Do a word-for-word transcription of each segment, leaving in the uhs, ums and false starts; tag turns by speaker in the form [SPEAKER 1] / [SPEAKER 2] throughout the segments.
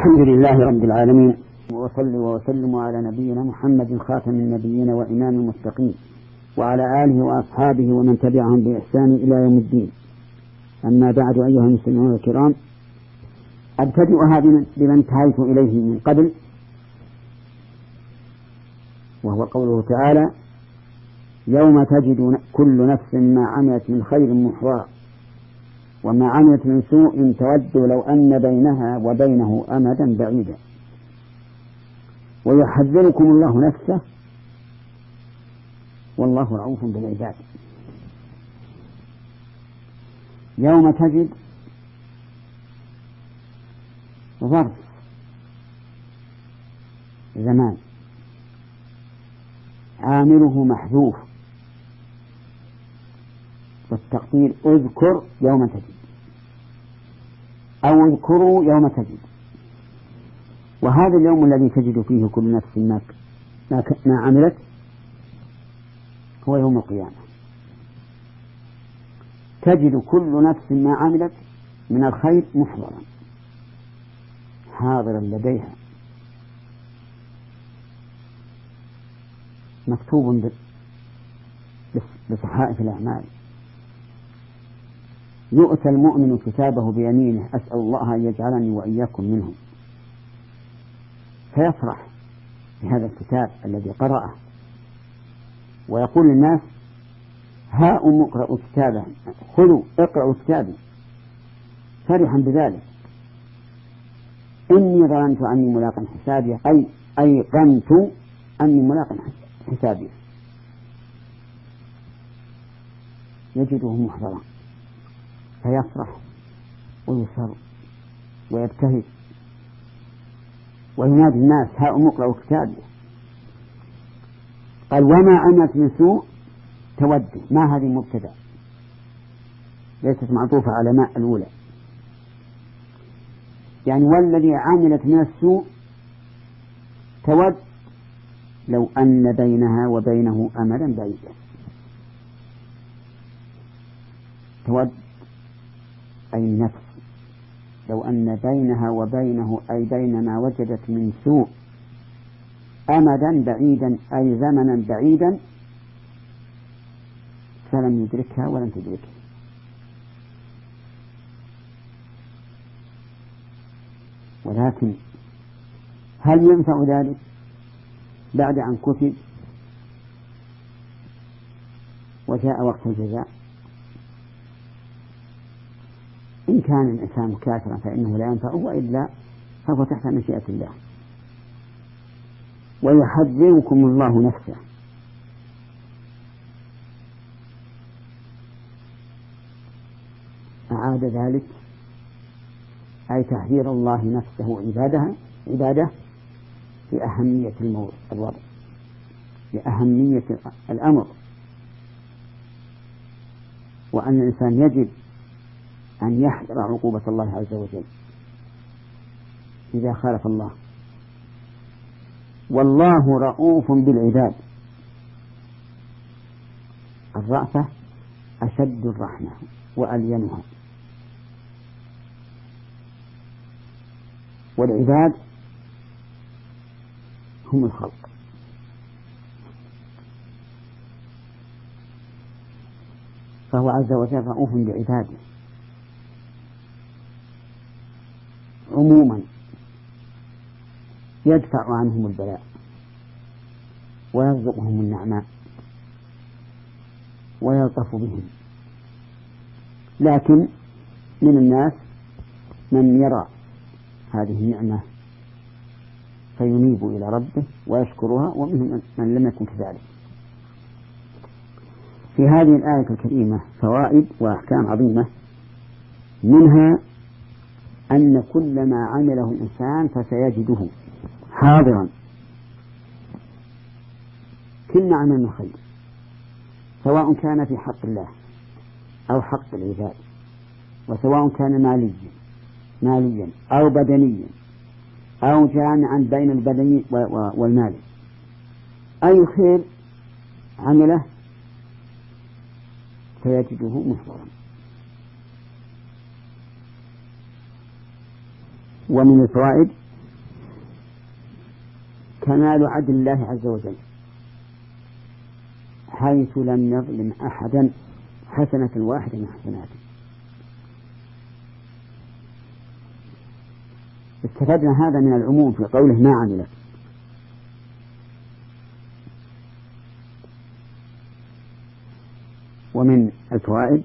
[SPEAKER 1] الحمد لله رب العالمين، وصل وسلم على نبينا محمد خاتم النبيين وإمام المتقين، وعلى آله وأصحابه ومن تبعهم بإحسان إلى يوم الدين. أما بعد، أيها المسلمون الكرام، أبتدئها بما انتهيت إليه من قبل، وهو قوله تعالى: يوم تجد كل نفس ما عملت من خير محضرا وما عملت من سوء تود لو أن بينها وبينه أمدا بعيدا ويحذركم الله نفسه والله رؤوف بالعباد. يوم تجد ظرف زمان عامله محذوف، والتقدير اذكر يوم تجد أو اذكروا يوم تجد. وهذا اليوم الذي تجد فيه كل نفس ما ما عملت هو يوم القيامة. تجد كل نفس ما عملت من الخير محضرا حاضرا لديها مكتوب بصحائف الأعمال. يؤتى المؤمن كتابه بيمينه، أسأل الله أن يجعلني وإياكم منهم، فيفرح بهذا الكتاب الذي قرأه ويقول للناس: هاؤم اقرأوا كتابه، خذوا اقرأوا كتابي، فرحا بذلك. إني ظننت أني ملاق حسابي، أي أيقنت أني ملاق حسابي. يجده محضرا فيفرح ويسر ويبتهج وينادي الناس: هاؤم اقرأوا كتابي. قال: وما عملت من سوء تود. ما هذه مبتدأ ليست معطوفة على ما الأولى، يعني والذي عملت من السوء تود لو أن بينها وبينه أمدا بعيدا. تود أي النفس لو أن بينها وبينه أي بين ما وجدت من سوء أمدا بعيدا أي زمنا بعيدا فلم يدركها ولم تدركها. ولكن هل ينفع ذلك بعد أن كتب وجاء وقت الجزاء؟ إن كان الإنسان كافرا فإنه لا ينفعه، وإلا فهو تحت مشيئة الله. ويحذركم الله نفسه. أعاد ذلك أي تحذير الله نفسه عباده عباده لأهمية الوضع، لأهمية الأمر، وأن الإنسان يجب أن يحذر عقوبة الله عز وجل إذا خالف الله. والله رؤوف بالعباد. الرأفة أشد الرحمة وألينها، والعباد هم الخلق. فهو عز وجل رؤوف بعباده عموما، يدفع عنهم البلاء ويرزقهم النعماء ويلطف بهم. لكن من الناس من يرى هذه النعمة فينيب إلى ربه ويشكرها، ومنهم من لم يكن كذلك. في هذه الآية الكريمة فوائد وأحكام عظيمة، منها أن كل ما عمله الإنسان فسيجده حاضرا، كل ما عمل من خير، سواء كان في حق الله أو حق العباد، وسواء كان ماليا ماليا أو بدنيا أو جامعا بين البدن والمال، أي خير عمله فيجده محضرا. ومن الفوائد كمال عدل الله عز وجل، حيث لم يظلم أحدا حسنة واحدة من حسناته. استفدنا هذا من العموم في قوله ما عملت. ومن الفوائد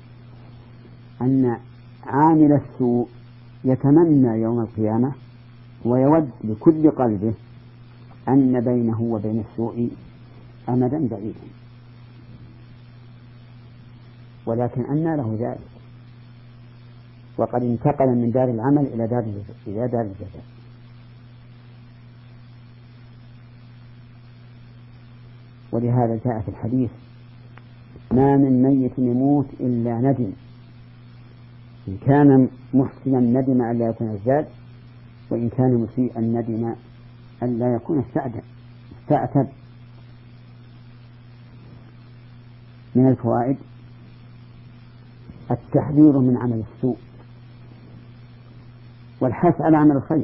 [SPEAKER 1] أن عامل السوء يتمنى يوم القيامة ويود بكل قلبه أن بينه وبين السوء أمدا بعيدا، ولكن أنى له ذلك وقد انتقل من دار العمل إلى دار إلى دار الجزاء. ولهذا جاء في الحديث ما من ميت يموت إلا ندم، إن كان محسنا ندم أن لا يكون الزاد، وإن كان مسيئا ندم أن لا يكون استأتب. من الفوائد التحذير من عمل السوء والحث على عمل الخير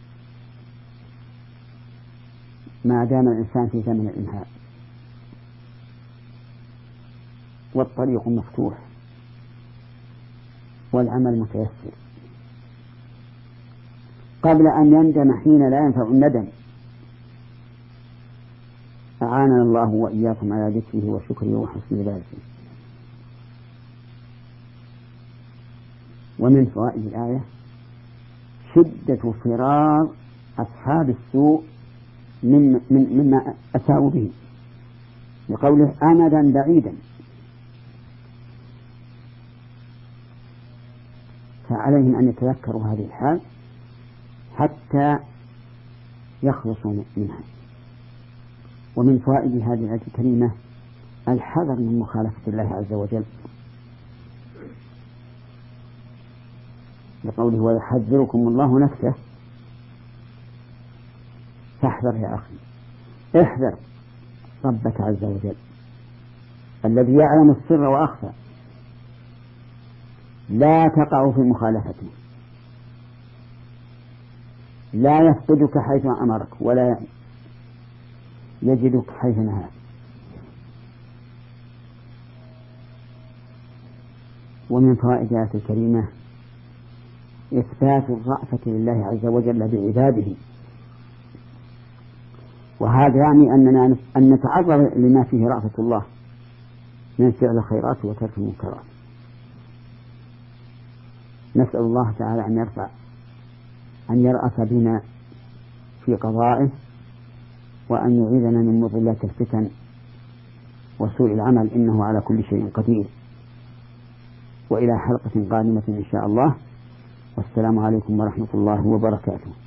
[SPEAKER 1] ما دام الإنسان في زمن الإنهاء، والطريق مفتوح والعمل متيسر قبل أن يندم حين لا ينفع الندم. أعاننا الله وإياكم على ذكره وشكره وحسن عبادته. ومن فوائد الآية شدة فرار أصحاب السوء من من مما أساءوا به، لقوله أمدا بعيدا، فعليهم أن يتذكروا هذه الحال حتى يخلصوا منها. ومن فوائد هذه الآية الكريمة الحذر من مخالفة الله عز وجل، لقوله ويحذركم الله نفسه، فاحذر يا أخي، احذر ربك عز وجل الذي يعلم السر وأخفى، لا تقع في مخالفته، لا يفقدك حيث أمرك ولا يجدك حيث نهاك. ومن فوائد الآية الكريمة إثبات الرأفة لله عز وجل بعباده، وهذا يعني أننا أن نتعرض لما فيه رأفة الله من فعل الخيرات وترك المنكرات. نسأل الله تعالى أن يرفع أن يرأف بنا في قضائه، وأن يعيذنا من مضلات الفتن وسوء العمل، إنه على كل شيء قدير. وإلى حلقة قادمة إن شاء الله، والسلام عليكم ورحمة الله وبركاته.